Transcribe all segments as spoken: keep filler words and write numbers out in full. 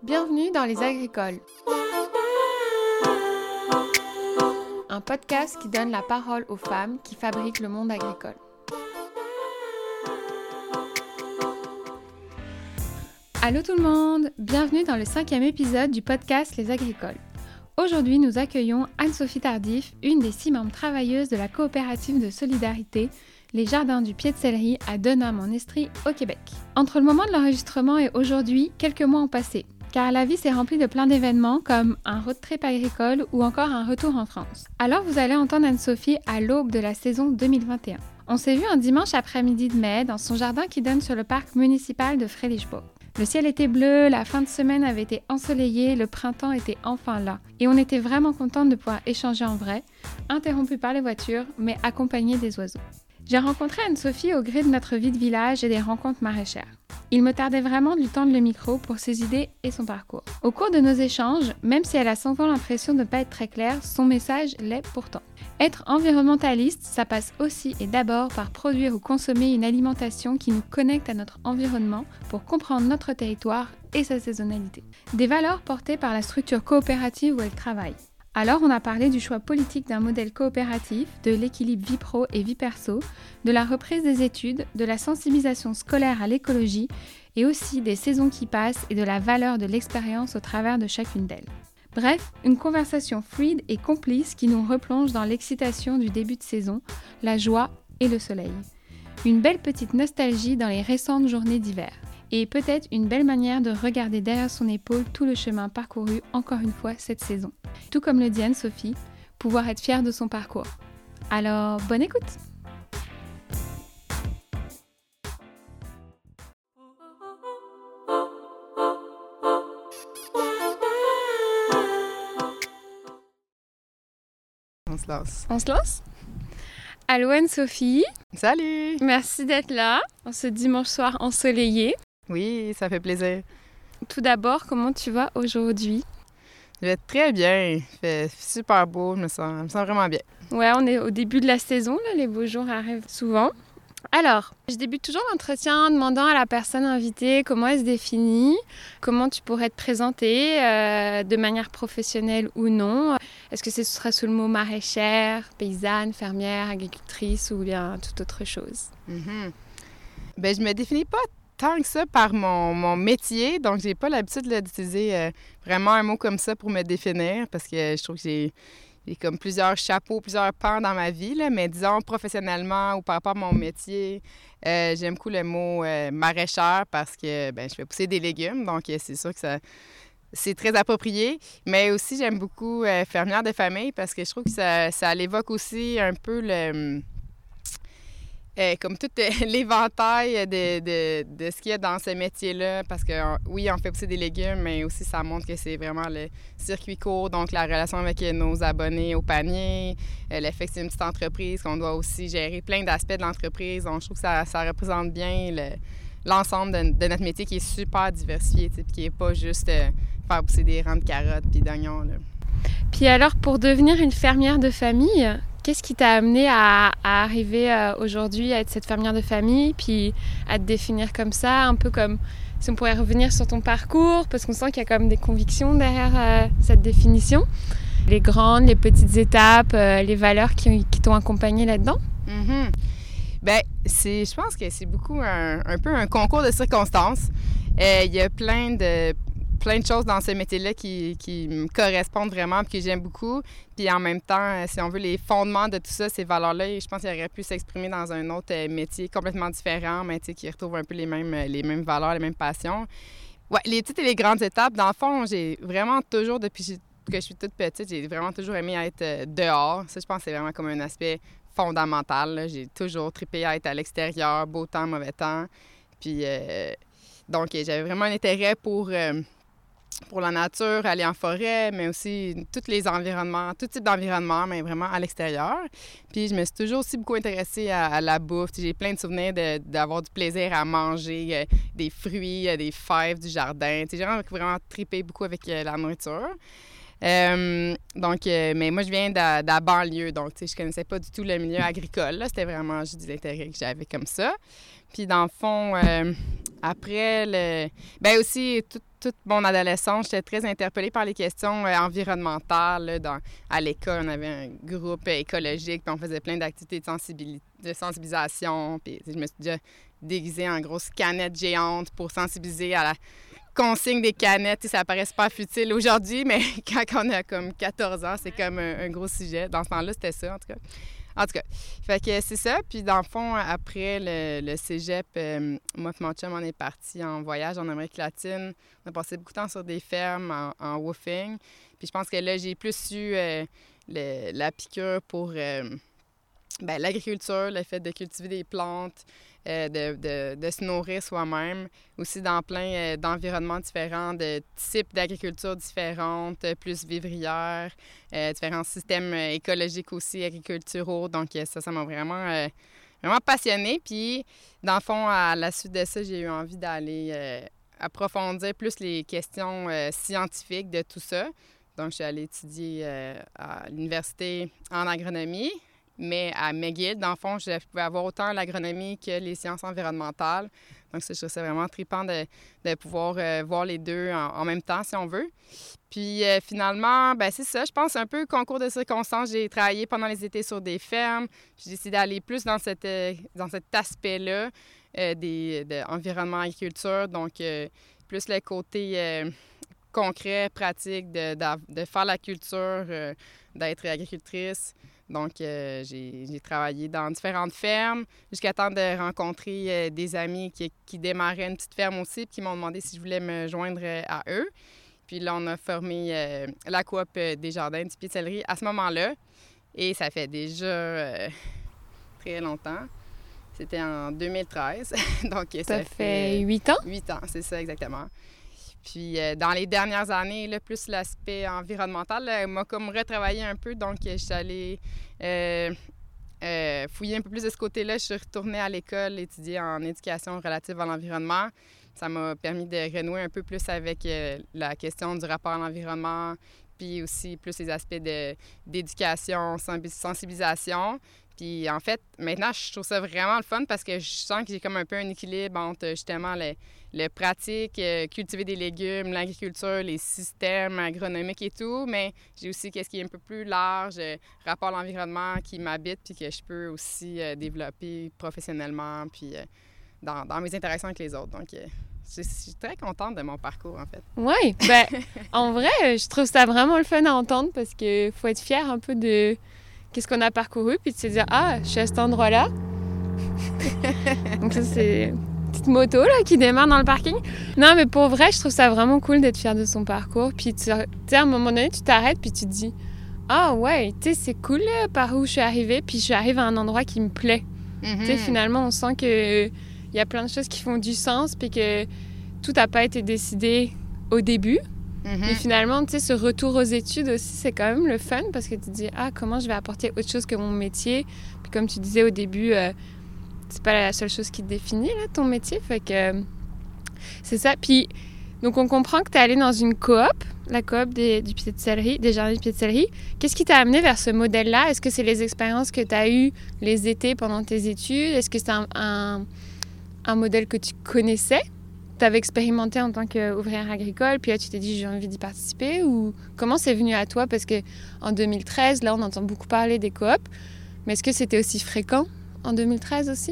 Bienvenue dans Les Agricoles, un podcast qui donne la parole aux femmes qui fabriquent le monde agricole. Allô tout le monde, bienvenue dans le cinquième épisode du podcast Les Agricoles. Aujourd'hui, nous accueillons Anne-Sophie Tardif, une des six membres travailleuses de la coopérative de solidarité Les Jardins du Pied de Céleri à Denham en Estrie, au Québec. Entre le moment de l'enregistrement et aujourd'hui, quelques mois ont passé, car la vie s'est remplie de plein d'événements comme un road trip agricole ou encore un retour en France. Alors vous allez entendre Anne-Sophie à l'aube de la saison deux mille vingt et un. On s'est vu un dimanche après-midi de mai dans son jardin qui donne sur le parc municipal de Frélichbos. Le ciel était bleu, la fin de semaine avait été ensoleillée, le printemps était enfin là. Et on était vraiment contente de pouvoir échanger en vrai, interrompus par les voitures, mais accompagnés des oiseaux. J'ai rencontré Anne-Sophie au gré de notre vie de village et des rencontres maraîchères. Il me tardait vraiment de lui tendre le micro pour ses idées et son parcours. Au cours de nos échanges, même si elle a souvent l'impression de ne pas être très claire, son message l'est pourtant. Être environnementaliste, ça passe aussi et d'abord par produire ou consommer une alimentation qui nous connecte à notre environnement pour comprendre notre territoire et sa saisonnalité. Des valeurs portées par la structure coopérative où elle travaille. Alors on a parlé du choix politique d'un modèle coopératif, de l'équilibre vie pro et vie perso, de la reprise des études, de la sensibilisation scolaire à l'écologie et aussi des saisons qui passent et de la valeur de l'expérience au travers de chacune d'elles. Bref, une conversation fluide et complice qui nous replonge dans l'excitation du début de saison, la joie et le soleil. Une belle petite nostalgie dans les récentes journées d'hiver. Et peut-être une belle manière de regarder derrière son épaule tout le chemin parcouru encore une fois cette saison. Tout comme le dit Anne-Sophie, pouvoir être fière de son parcours. Alors, bonne écoute! On se lance. On se lance? Allô Anne-Sophie! Salut! Merci d'être là, en ce dimanche soir ensoleillé. Oui, ça fait plaisir. Tout d'abord, comment tu vas aujourd'hui? Je vais très bien. Il fait super beau. Je me sens, je me sens vraiment bien. Ouais, on est au début de la saison, là, les beaux jours arrivent souvent. Alors, je débute toujours l'entretien en demandant à la personne invitée comment elle se définit, comment tu pourrais te présenter euh, de manière professionnelle ou non. Est-ce que ce serait sous le mot maraîchère, paysanne, fermière, agricultrice ou bien toute autre chose? Mm-hmm. Ben, je me définis pas tant que ça par mon, mon métier, donc j'ai pas l'habitude là, d'utiliser euh, vraiment un mot comme ça pour me définir parce que je trouve que j'ai, j'ai comme plusieurs chapeaux, plusieurs pans dans ma vie, là, mais disons professionnellement ou par rapport à mon métier, euh, j'aime beaucoup le mot euh, maraîchère parce que ben, je fais pousser des légumes, donc euh, c'est sûr que ça, c'est très approprié, mais aussi j'aime beaucoup euh, fermière de famille parce que je trouve que ça, ça l'évoque aussi un peu le... Euh, comme tout euh, l'éventail de, de, de ce qu'il y a dans ce métier-là, parce que euh, oui, on fait pousser des légumes, mais aussi ça montre que c'est vraiment le circuit court, donc la relation avec nos abonnés au panier, euh, le fait que c'est une petite entreprise, qu'on doit aussi gérer plein d'aspects de l'entreprise, donc je trouve que ça, ça représente bien le, l'ensemble de, de notre métier qui est super diversifié, puis qui n'est pas juste euh, faire pousser des rangs de carottes puis d'oignons, là. Puis alors, pour devenir une fermière de famille, qu'est-ce qui t'a amené à, à arriver euh, aujourd'hui à être cette fermière de famille, puis à te définir comme ça, un peu comme si on pourrait revenir sur ton parcours, parce qu'on sent qu'il y a quand même des convictions derrière euh, cette définition. Les grandes, les petites étapes, euh, les valeurs qui, qui t'ont accompagnée là-dedans? Mm-hmm. Bien, c'est, je pense que c'est beaucoup un, un peu un concours de circonstances. Euh, il y a plein de... plein de choses dans ce métier-là qui, qui me correspondent vraiment et que j'aime beaucoup. Puis en même temps, si on veut, les fondements de tout ça, ces valeurs-là, je pense qu'ils auraient pu s'exprimer dans un autre métier complètement différent, mais qui retrouve un peu les mêmes, les mêmes valeurs, les mêmes passions. Ouais, les petites et les grandes étapes, dans le fond, j'ai vraiment toujours, depuis que je suis toute petite, j'ai vraiment toujours aimé être dehors. Ça, je pense que c'est vraiment comme un aspect fondamental, là. J'ai toujours trippé à être à l'extérieur, beau temps, mauvais temps. Puis, euh, donc, j'avais vraiment un intérêt pour... Euh, pour la nature, aller en forêt, mais aussi tous les environnements, tout type d'environnement, mais vraiment à l'extérieur. Puis je me suis toujours aussi beaucoup intéressée à, à la bouffe. J'ai plein de souvenirs de, d'avoir du plaisir à manger euh, des fruits, euh, des fèves du jardin. J'ai vraiment, vraiment trippé beaucoup avec euh, la nourriture. Euh, donc, euh, mais moi, je viens de, de la banlieue, donc je connaissais pas du tout le milieu agricole. Là. C'était vraiment juste des intérêts que j'avais comme ça. Puis dans le fond, euh, après, le... ben aussi, tout toute mon adolescence, j'étais très interpellée par les questions euh, environnementales. Là, dans, à l'école, on avait un groupe euh, écologique, puis on faisait plein d'activités de, sensibili- de sensibilisation. Puis je me suis déjà déguisée en grosse canette géante pour sensibiliser à la consigne des canettes. Ça paraît pas futile aujourd'hui, mais quand on a comme quatorze ans, c'est comme un, un gros sujet. Dans ce temps-là, c'était ça, en tout cas. En tout cas, fait que c'est ça. Puis dans le fond, après le, le cégep, euh, moi et mon chum, on est partis en voyage en Amérique latine. On a passé beaucoup de temps sur des fermes en, en woofing. Puis je pense que là, j'ai plus eu euh, le, la piqûre pour euh, ben, l'agriculture, le fait de cultiver des plantes, euh, de, de, de se nourrir soi-même. Aussi dans plein euh, d'environnements différents, de types d'agriculture différentes, plus vivrières, euh, différents systèmes euh, écologiques aussi, agriculturaux. Donc euh, ça, ça m'a vraiment, euh, vraiment passionnée. Puis, dans le fond, à la suite de ça, j'ai eu envie d'aller euh, approfondir plus les questions euh, scientifiques de tout ça. Donc, je suis allée étudier euh, à l'université en agronomie. Mais à McGill, dans le fond, je pouvais avoir autant l'agronomie que les sciences environnementales. Donc, ça, je trouve ça vraiment trippant de, de pouvoir euh, voir les deux en, en même temps, si on veut. Puis, euh, finalement, ben c'est ça. Je pense un peu concours de circonstances. J'ai travaillé pendant les étés sur des fermes. J'ai décidé d'aller plus dans, cette, euh, dans cet aspect-là euh, des, de environnement agriculture. Donc, euh, plus le côté euh, concret, pratique de, de, de faire la culture, euh, d'être agricultrice. Donc, euh, j'ai, j'ai travaillé dans différentes fermes jusqu'à temps de rencontrer euh, des amis qui, qui démarraient une petite ferme aussi, puis qui m'ont demandé si je voulais me joindre euh, à eux. Puis là, on a formé euh, la coop euh, des jardins du Pied de Céleri à ce moment-là. Et ça fait déjà euh, très longtemps. C'était en deux mille treize. Donc, ça, ça fait, fait huit ans? Huit ans, c'est ça, exactement. Puis, euh, dans les dernières années, là, plus l'aspect environnemental là, m'a comme retravaillé un peu. Donc, je suis allée euh, euh, fouiller un peu plus de ce côté-là. Je suis retournée à l'école étudier en éducation relative à l'environnement. Ça m'a permis de renouer un peu plus avec euh, la question du rapport à l'environnement, puis aussi plus les aspects de, d'éducation, sensibilisation. Puis, en fait, maintenant, je trouve ça vraiment le fun parce que je sens que j'ai comme un peu un équilibre entre, justement, le, le pratique, euh, cultiver des légumes, l'agriculture, les systèmes agronomiques et tout, mais j'ai aussi qu'est-ce qui est un peu plus large, euh, rapport à l'environnement qui m'habite puis que je peux aussi euh, développer professionnellement puis euh, dans, dans mes interactions avec les autres. Donc, euh, je suis très contente de mon parcours, en fait. Oui, ben en vrai, je trouve ça vraiment le fun à entendre parce qu'il faut être fier un peu de qu'est-ce qu'on a parcouru, puis de se dire « Ah, je suis à cet endroit-là. » Donc ça, c'est une petite moto là, qui démarre dans le parking. Non, mais pour vrai, je trouve ça vraiment cool d'être fier de son parcours. Puis tu sais, à un moment donné, tu t'arrêtes, puis tu te dis « Ah ouais, tu sais, c'est cool là, par où je suis arrivée, puis je suis arrivée à un endroit qui me plaît. Mm-hmm. » Tu sais, finalement, on sent que il y a plein de choses qui font du sens, puis que tout n'a pas été décidé au début. Mm-hmm. Mais finalement, tu sais, ce retour aux études aussi, c'est quand même le fun parce que tu te dis, ah, comment je vais apporter autre chose que mon métier. Puis comme tu disais au début, euh, c'est pas la seule chose qui te définit, là, ton métier. Fait que euh, c'est ça. Puis, donc, on comprend que tu es allé dans une coop, la coop des, du Pied de Céleri, des jardins du Pied de Céleri. Qu'est-ce qui t'a amené vers ce modèle-là? Est-ce que c'est les expériences que tu as eues les étés pendant tes études? Est-ce que c'est un, un, un modèle que tu connaissais? Tu avais expérimenté en tant qu'ouvrière agricole, puis là, tu t'es dit, j'ai envie d'y participer, ou comment c'est venu à toi? Parce qu'en deux mille treize, là, on entend beaucoup parler des coops, mais est-ce que c'était aussi fréquent en deux mille treize aussi?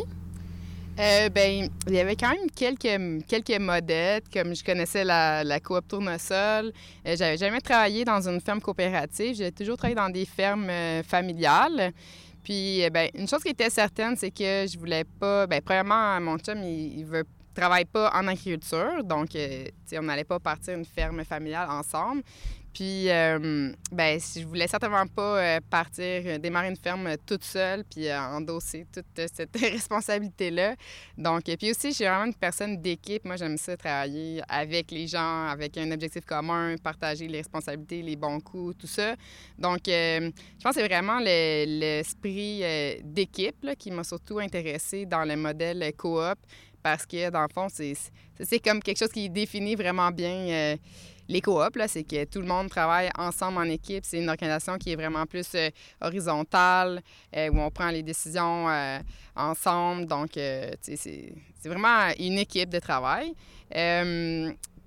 Euh, ben, il y avait quand même quelques, quelques modèles, comme je connaissais la, la coop Tournesol. Euh, j'avais jamais travaillé dans une ferme coopérative, j'ai toujours travaillé dans des fermes euh, familiales. Puis, ben, une chose qui était certaine, c'est que je voulais pas... Bien, premièrement, mon chum, il, il veut travaille pas en agriculture, donc euh, on n'allait pas partir une ferme familiale ensemble. Puis, euh, ben, je voulais certainement pas euh, partir, euh, démarrer une ferme euh, toute seule, puis euh, endosser toute euh, cette responsabilité-là. Donc, euh, puis aussi, je suis vraiment une personne d'équipe. Moi, j'aime ça, travailler avec les gens, avec un objectif commun, partager les responsabilités, les bons coups, tout ça. Donc, euh, je pense que c'est vraiment le, l'esprit euh, d'équipe là, qui m'a surtout intéressée dans le modèle coop, parce que, dans le fond, c'est, c'est comme quelque chose qui définit vraiment bien euh, les coops. Là, c'est que tout le monde travaille ensemble en équipe. C'est une organisation qui est vraiment plus euh, horizontale, euh, où on prend les décisions euh, ensemble. Donc, euh, c'est, c'est vraiment une équipe de travail. Euh,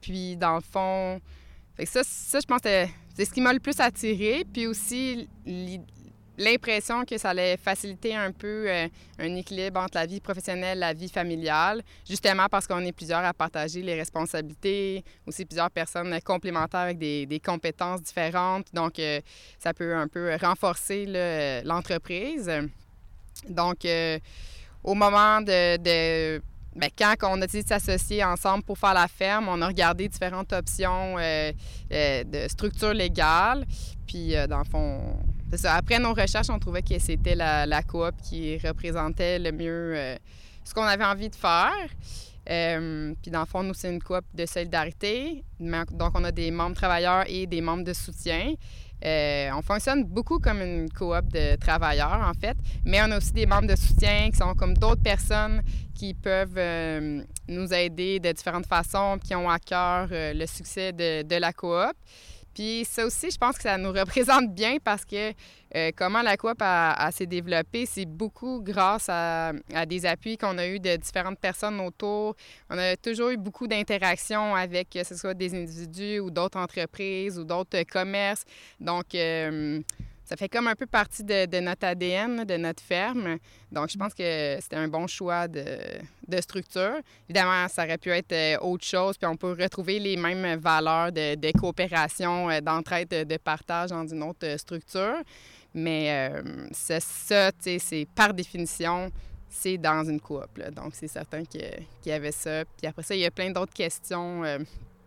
Puis, dans le fond, fait que ça, ça, je pense que c'est ce qui m'a le plus attiré. Puis aussi, l'impression que ça allait faciliter un peu euh, un équilibre entre la vie professionnelle et la vie familiale, justement parce qu'on est plusieurs à partager les responsabilités, aussi plusieurs personnes complémentaires avec des, des compétences différentes. Donc, euh, ça peut un peu renforcer là, l'entreprise. Donc, euh, au moment de... de bien, quand on a décidé de s'associer ensemble pour faire la ferme, on a regardé différentes options euh, euh, de structure légale. Puis, euh, dans le fond, c'est ça. Après nos recherches, on trouvait que c'était la, la coop qui représentait le mieux euh, ce qu'on avait envie de faire. Euh, puis, dans le fond, nous, c'est une coop de solidarité. Donc, on a des membres travailleurs et des membres de soutien. Euh, on fonctionne beaucoup comme une coop de travailleurs, en fait, mais on a aussi des membres de soutien qui sont comme d'autres personnes qui peuvent euh, nous aider de différentes façons, qui ont à cœur euh, le succès de, de la coop. Puis ça aussi, je pense que ça nous représente bien parce que euh, comment la coop a, a s'est développée, c'est beaucoup grâce à, à des appuis qu'on a eu de différentes personnes autour. On a toujours eu beaucoup d'interactions avec, que ce soit des individus ou d'autres entreprises ou d'autres commerces. Donc, euh, ça fait comme un peu partie de, de notre A D N, de notre ferme. Donc, je pense que c'était un bon choix de, de structure. Évidemment, ça aurait pu être autre chose, puis on peut retrouver les mêmes valeurs de, de coopération, d'entraide, de partage dans une autre structure. Mais euh, c'est ça, tu sais, c'est par définition, c'est dans une coop, là. Donc, c'est certain qu'il y avait ça. Puis après ça, il y a plein d'autres questions... Euh,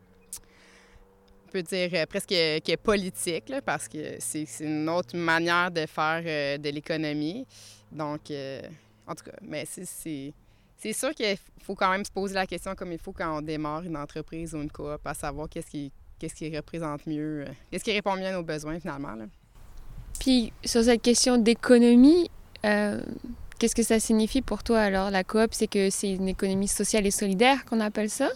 on peut dire euh, presque que politique, là, parce que c'est, c'est une autre manière de faire euh, de l'économie. Donc, euh, en tout cas, mais c'est, c'est, c'est sûr qu'il faut quand même se poser la question comme il faut quand on démarre une entreprise ou une coop, à savoir qu'est-ce qui, qu'est-ce qui représente mieux, euh, qu'est-ce qui répond mieux à nos besoins, finalement, là. Puis, sur cette question d'économie, euh, qu'est-ce que ça signifie pour toi, alors? La coop, c'est que c'est une économie sociale et solidaire qu'on appelle ça?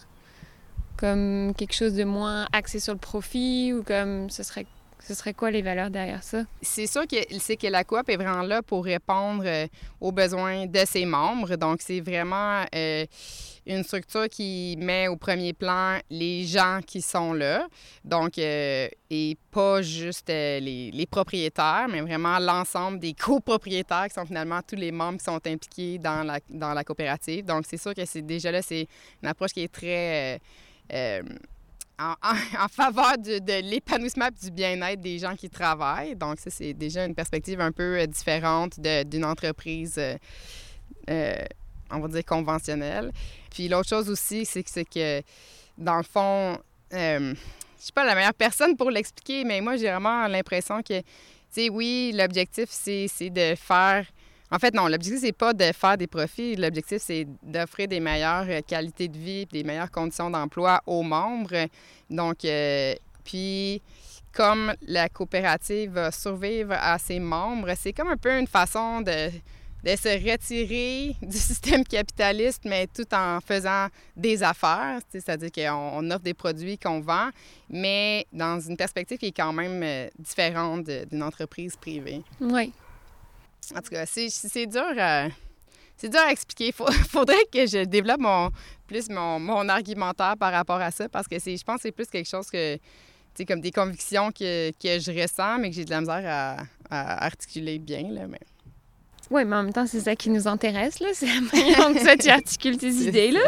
Comme quelque chose de moins axé sur le profit ou comme ce serait, ce serait quoi les valeurs derrière ça? C'est sûr que c'est que la coop est vraiment là pour répondre euh, aux besoins de ses membres. Donc, c'est vraiment euh, une structure qui met au premier plan les gens qui sont là. Donc, euh, et pas juste euh, les, les propriétaires, mais vraiment l'ensemble des copropriétaires qui sont finalement tous les membres qui sont impliqués dans la, dans la coopérative. Donc, c'est sûr que c'est déjà là, c'est une approche qui est très... Euh, Euh, en, en, en faveur de, de l'épanouissement et du bien-être des gens qui travaillent. Donc, ça, c'est déjà une perspective un peu différente de, d'une entreprise, euh, euh, on va dire, conventionnelle. Puis l'autre chose aussi, c'est que, c'est que dans le fond, euh, je suis pas la meilleure personne pour l'expliquer, mais moi, j'ai vraiment l'impression que, tu sais, oui, l'objectif, c'est, c'est de faire... En fait, non, l'objectif, c'est pas de faire des profits. L'objectif, c'est d'offrir des meilleures qualités de vie, des meilleures conditions d'emploi aux membres. Donc, euh, puis, comme la coopérative va survivre à ses membres, c'est comme un peu une façon de, de se retirer du système capitaliste, mais tout en faisant des affaires. C'est-à-dire qu'on on offre des produits qu'on vend, mais dans une perspective qui est quand même différente de, d'une entreprise privée. Oui. En tout cas, c'est, c'est dur à, c'est dur à expliquer. Il faudrait que je développe mon, plus mon, mon argumentaire par rapport à ça, parce que c'est, je pense que c'est plus quelque chose que, tu sais, comme des convictions que, que je ressens, mais que j'ai de la misère à, à articuler bien, là, mais... Oui, mais en même temps, c'est ça qui nous intéresse, là. C'est la manière dont ça, tu articules tes idées, là.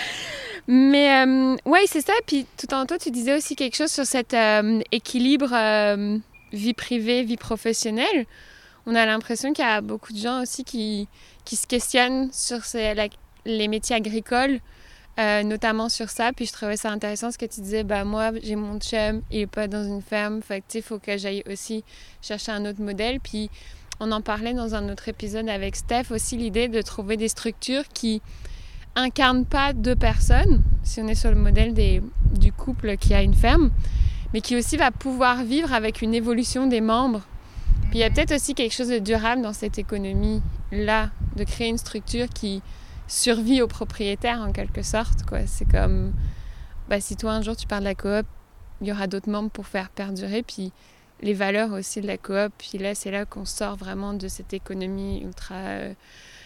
Mais, euh, oui, c'est ça. Puis, tout en toi, tu disais aussi quelque chose sur cet euh, équilibre euh, vie privée, vie professionnelle. On a l'impression qu'il y a beaucoup de gens aussi qui, qui se questionnent sur ces, la, les métiers agricoles, euh, notamment sur ça. Puis je trouvais ça intéressant ce que tu disais. Ben, moi, j'ai mon chum, il n'est pas dans une ferme. Fait que, tu sais, il faut que j'aille aussi chercher un autre modèle. Puis on en parlait dans un autre épisode avec Steph aussi, l'idée de trouver des structures qui incarnent pas deux personnes, si on est sur le modèle des, du couple qui a une ferme, mais qui aussi va pouvoir vivre avec une évolution des membres. Puis il y a peut-être aussi quelque chose de durable dans cette économie-là, de créer une structure qui survit aux propriétaires en quelque sorte, quoi. C'est comme, bah, si toi un jour tu pars de la coop, il y aura d'autres membres pour faire perdurer, puis les valeurs aussi de la coop. Puis là, c'est là qu'on sort vraiment de cette économie ultra euh,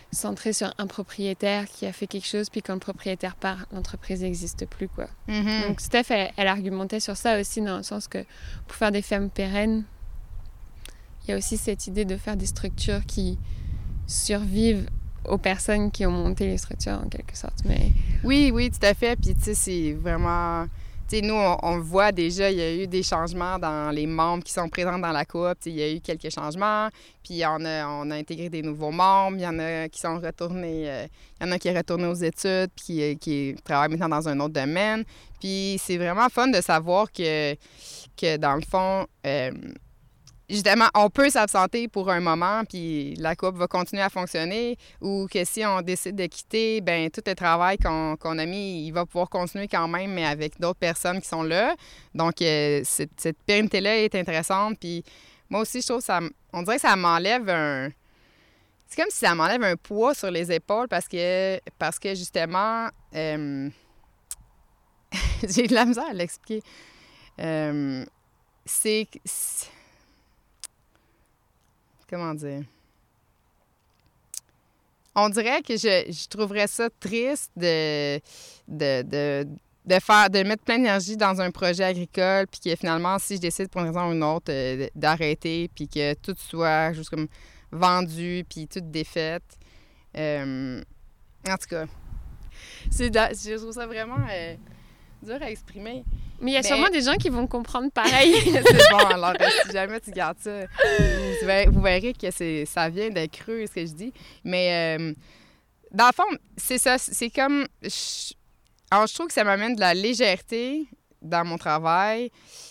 centré sur un propriétaire qui a fait quelque chose, puis quand le propriétaire part, l'entreprise n'existe plus, quoi. Mm-hmm. Donc Steph, elle, elle argumentait sur ça aussi, dans le sens que pour faire des fermes pérennes, il y a aussi cette idée de faire des structures qui survivent aux personnes qui ont monté les structures, en quelque sorte. Mais... Oui, oui, tout à fait. Puis, tu sais, c'est vraiment... Tu sais, nous, on, on voit déjà, il y a eu des changements dans les membres qui sont présents dans la coop. Tu sais, il y a eu quelques changements. Puis, on a, on a intégré des nouveaux membres. Il y en a qui sont retournés... Euh, il y en a qui est retourné aux études puis qui, qui travaillent maintenant dans un autre domaine. Puis, c'est vraiment fun de savoir que, que dans le fond... Euh, justement, on peut s'absenter pour un moment, puis la coop va continuer à fonctionner, ou que si on décide de quitter, ben tout le travail qu'on, qu'on a mis, il va pouvoir continuer quand même, mais avec d'autres personnes qui sont là. Donc, euh, cette, cette pérennité-là est intéressante, puis moi aussi, je trouve que ça... On dirait que ça m'enlève un... C'est comme si ça m'enlève un poids sur les épaules, parce que, parce que justement, euh... j'ai de la misère à l'expliquer. Euh... C'est... c'est... Comment dire? On dirait que je, je trouverais ça triste de, de, de, de, faire, de mettre plein d'énergie dans un projet agricole, puis que finalement, si je décide pour une raison ou une autre euh, d'arrêter, puis que tout soit juste comme vendu, puis tout défaite. Euh, en tout cas, c'est de, je trouve ça vraiment euh, dur à exprimer. Mais il y a Mais... sûrement des gens qui vont comprendre pareil. C'est bon, alors si jamais tu gardes ça, vous verrez, vous verrez que c'est, ça vient de creux, ce que je dis. Mais euh, dans le fond, c'est ça, c'est comme... Je, alors, je trouve que ça m'amène de la légèreté dans mon travail,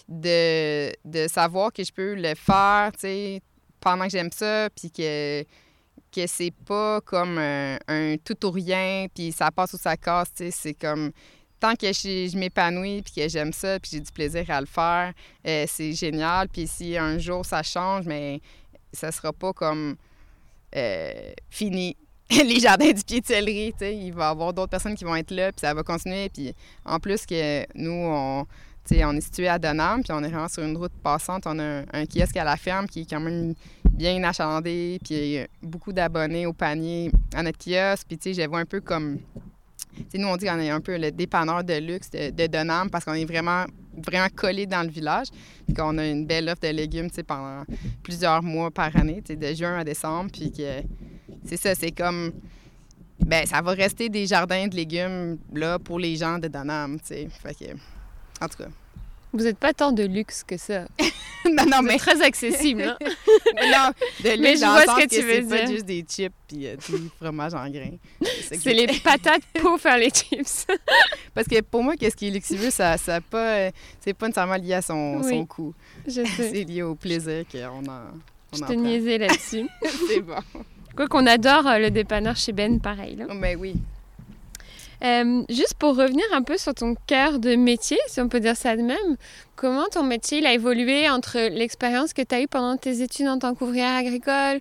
de, de savoir que je peux le faire, tu sais, pendant que j'aime ça, puis que, que c'est pas comme un, un tout ou rien, puis ça passe ou ça casse, tu sais, c'est comme... Tant que je, je m'épanouis puis que j'aime ça puis j'ai du plaisir à le faire, euh, c'est génial. Puis si un jour ça change, mais ça sera pas comme euh, fini. Les jardins du pied de céleri, tu sais, il va y avoir d'autres personnes qui vont être là puis ça va continuer. Puis en plus que nous, on, tu sais, on est situé à Denham puis on est vraiment sur une route passante. On a un, un kiosque à la ferme qui est quand même bien achalandé puis beaucoup d'abonnés au panier à notre kiosque. Puis tu sais, je vois un peu comme... T'sais, nous, on dit qu'on est un peu le dépanneur de luxe de, de Denham parce qu'on est vraiment, vraiment collé dans le village puis qu'on a une belle offre de légumes pendant plusieurs mois par année, de juin à décembre. Puis que c'est ça, c'est comme... Ben ça va rester des jardins de légumes là pour les gens de Denham, tu sais. Fait que... En tout cas... Vous n'êtes pas tant de luxe que ça. non, non, Vous mais... êtes très accessible, hein? non, de luxe mais je dans vois le sens ce que tu que veux c'est dire. pas juste des chips puis euh, du fromage en grains. C'est, c'est les patates pour faire les chips. Parce que pour moi, qu'est-ce qui est luxueux, ça, ça pas, c'est pas nécessairement lié à son, oui, son coût. Je sais. C'est lié au plaisir qu'on en on Je en te niaisais là-dessus. C'est bon. Quoi qu'on adore euh, le dépanneur chez Ben, pareil. Là. Ben oui. Euh, juste pour revenir un peu sur ton cœur de métier, si on peut dire ça de même, comment ton métier il a évolué entre l'expérience que tu as eue pendant tes études en tant qu'ouvrière agricole,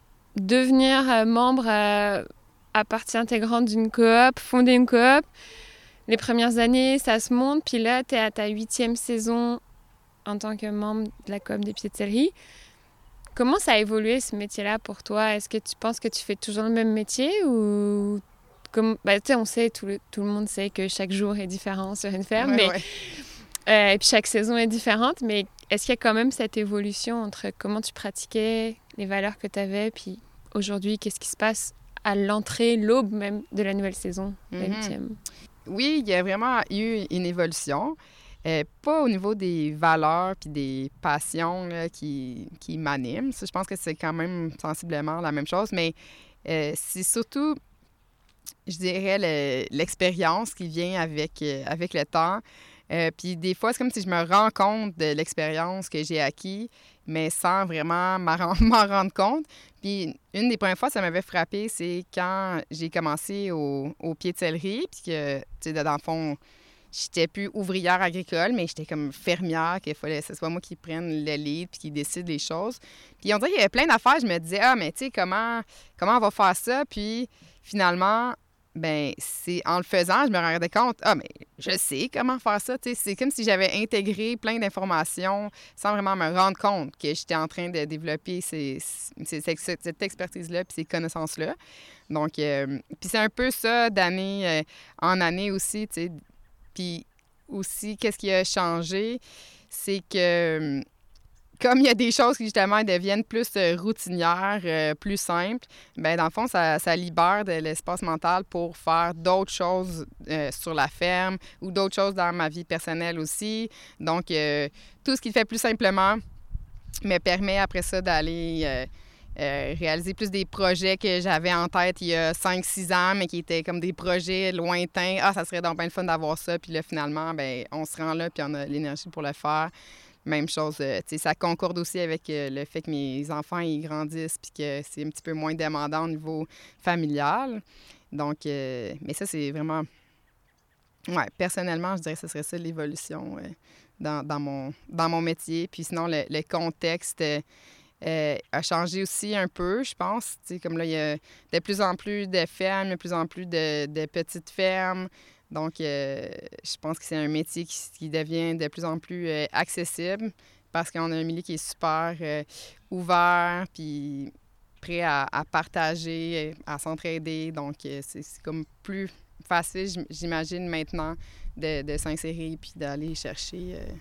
devenir euh, membre euh, à partie intégrante d'une coop, fonder une coop. Les premières années, ça se monte, puis là, tu es à ta huitième saison en tant que membre de la coop des pieds de céleri. Comment ça a évolué ce métier-là pour toi? Est-ce que tu penses que tu fais toujours le même métier ou... Comme, bah, tu sais, on sait, tout le, tout le monde sait que chaque jour est différent sur une ferme, Ouais, mais, ouais. Euh, et puis chaque saison est différente, mais est-ce qu'il y a quand même cette évolution entre comment tu pratiquais, les valeurs que tu avais, puis aujourd'hui, qu'est-ce qui se passe à l'entrée, l'aube même de la nouvelle saison, la Mhm. huitième? Oui, il y a vraiment eu une évolution. Euh, pas au niveau des valeurs puis des passions là, qui, qui m'animent. Ça, je pense que c'est quand même sensiblement la même chose, mais euh, c'est surtout... je dirais, le, l'expérience qui vient avec, euh, avec le temps. Euh, puis des fois, c'est comme si je me rends compte de l'expérience que j'ai acquis, mais sans vraiment m'en, m'en rendre compte. Puis une des premières fois, ça m'avait frappé, c'est quand j'ai commencé au, au pied de céleri, puis que, tu sais, dans le fond, j'étais plus ouvrière agricole, mais j'étais comme fermière, qu'il fallait que ce soit moi qui prenne le lead puis qui décide les choses. Puis on dirait qu'il y avait plein d'affaires, je me disais, ah, mais tu sais, comment, comment on va faire ça? Puis finalement... ben c'est en le faisant, je me rendais compte, ah, mais je sais comment faire ça. Tu sais, c'est comme si j'avais intégré plein d'informations sans vraiment me rendre compte que j'étais en train de développer ces, ces, ces, cette expertise-là puis ces connaissances-là. Donc, euh, puis c'est un peu ça d'année euh, en année aussi, tu sais. Puis aussi, qu'est-ce qui a changé, c'est que comme il y a des choses qui, justement, deviennent plus euh, routinières, euh, plus simples, bien, dans le fond, ça, ça libère de l'espace mental pour faire d'autres choses euh, sur la ferme ou d'autres choses dans ma vie personnelle aussi. Donc, euh, tout ce qui fait plus simplement me permet, après ça, d'aller euh, euh, réaliser plus des projets que j'avais en tête il y a cinq six ans, mais qui étaient comme des projets lointains. Ah, ça serait donc bien le fun d'avoir ça. Puis là, finalement, bien, on se rend là puis on a l'énergie pour le faire. Même chose, euh, tu sais, ça concorde aussi avec euh, le fait que mes enfants, ils grandissent puis que c'est un petit peu moins demandant au niveau familial. Donc, euh, mais ça, c'est vraiment... Ouais, personnellement, je dirais que ce serait ça l'évolution euh, dans, dans, mon, dans mon métier. Puis sinon, le, le contexte euh, euh, a changé aussi un peu, je pense. Tu sais, comme là, il y a de plus en plus de fermes, de plus en plus de, de petites fermes. Donc, euh, je pense que c'est un métier qui, qui devient de plus en plus euh, accessible parce qu'on a un milieu qui est super euh, ouvert puis prêt à, à partager, à s'entraider. Donc, euh, c'est, c'est comme plus facile, j'imagine, maintenant, de, de s'insérer puis d'aller chercher euh,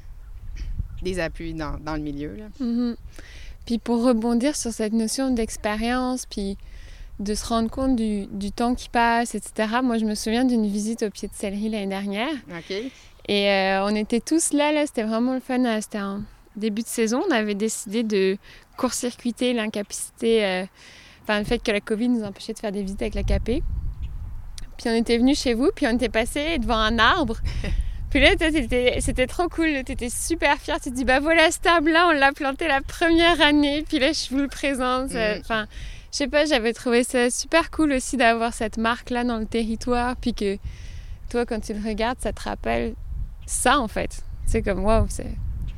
des appuis dans, dans le milieu, là. Mm-hmm. Puis pour rebondir sur cette notion d'expérience, puis de se rendre compte du, du temps qui passe, et cetera. Moi, je me souviens d'une visite au Pied de Sellerie l'année dernière. OK. Et euh, on était tous là, là, c'était vraiment le fun. C'était un début de saison. On avait décidé de court-circuiter l'incapacité, euh, enfin le fait que la COVID nous empêchait de faire des visites avec la C A P. Puis on était venus chez vous, puis on était passé devant un arbre. Puis là, c'était, c'était trop cool. Tu étais super fière. Tu te dis, bah voilà, cet arbre-là, on l'a planté la première année. Puis là, je vous le présente. Enfin... Mm. Je sais pas, j'avais trouvé ça super cool aussi d'avoir cette marque-là dans le territoire, puis que toi, quand tu le regardes, ça te rappelle ça, en fait. C'est comme, waouh, c'est...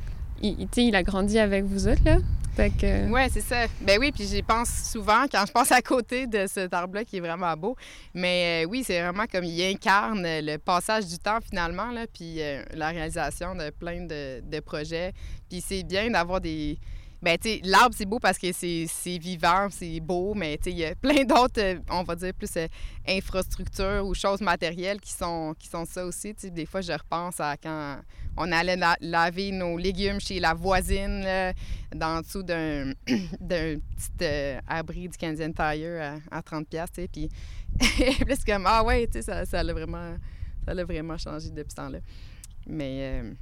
Il, il a grandi avec vous autres, là. Fait que... Oui, c'est ça. Ben oui, puis j'y pense souvent quand je passe à côté de cet arbre-là qui est vraiment beau. Mais euh, oui, c'est vraiment comme il incarne le passage du temps, finalement, là, puis euh, la réalisation de plein de, de projets. Puis c'est bien d'avoir des... Ben, tu sais, l'arbre, c'est beau parce que c'est, c'est vivant, c'est beau, mais tu sais, il y a plein d'autres, euh, on va dire, plus euh, infrastructures ou choses matérielles qui sont, qui sont ça aussi. Tu sais, des fois, je repense à quand on allait la- laver nos légumes chez la voisine, là, dans dessous d'un, d'un petit euh, abri du Canadian Tire à, à trente dollars, tu sais, puis puis c'est comme, ah ouais, tu sais, ça, ça l'a vraiment, ça l'a vraiment changé depuis ce temps-là. Mais, euh,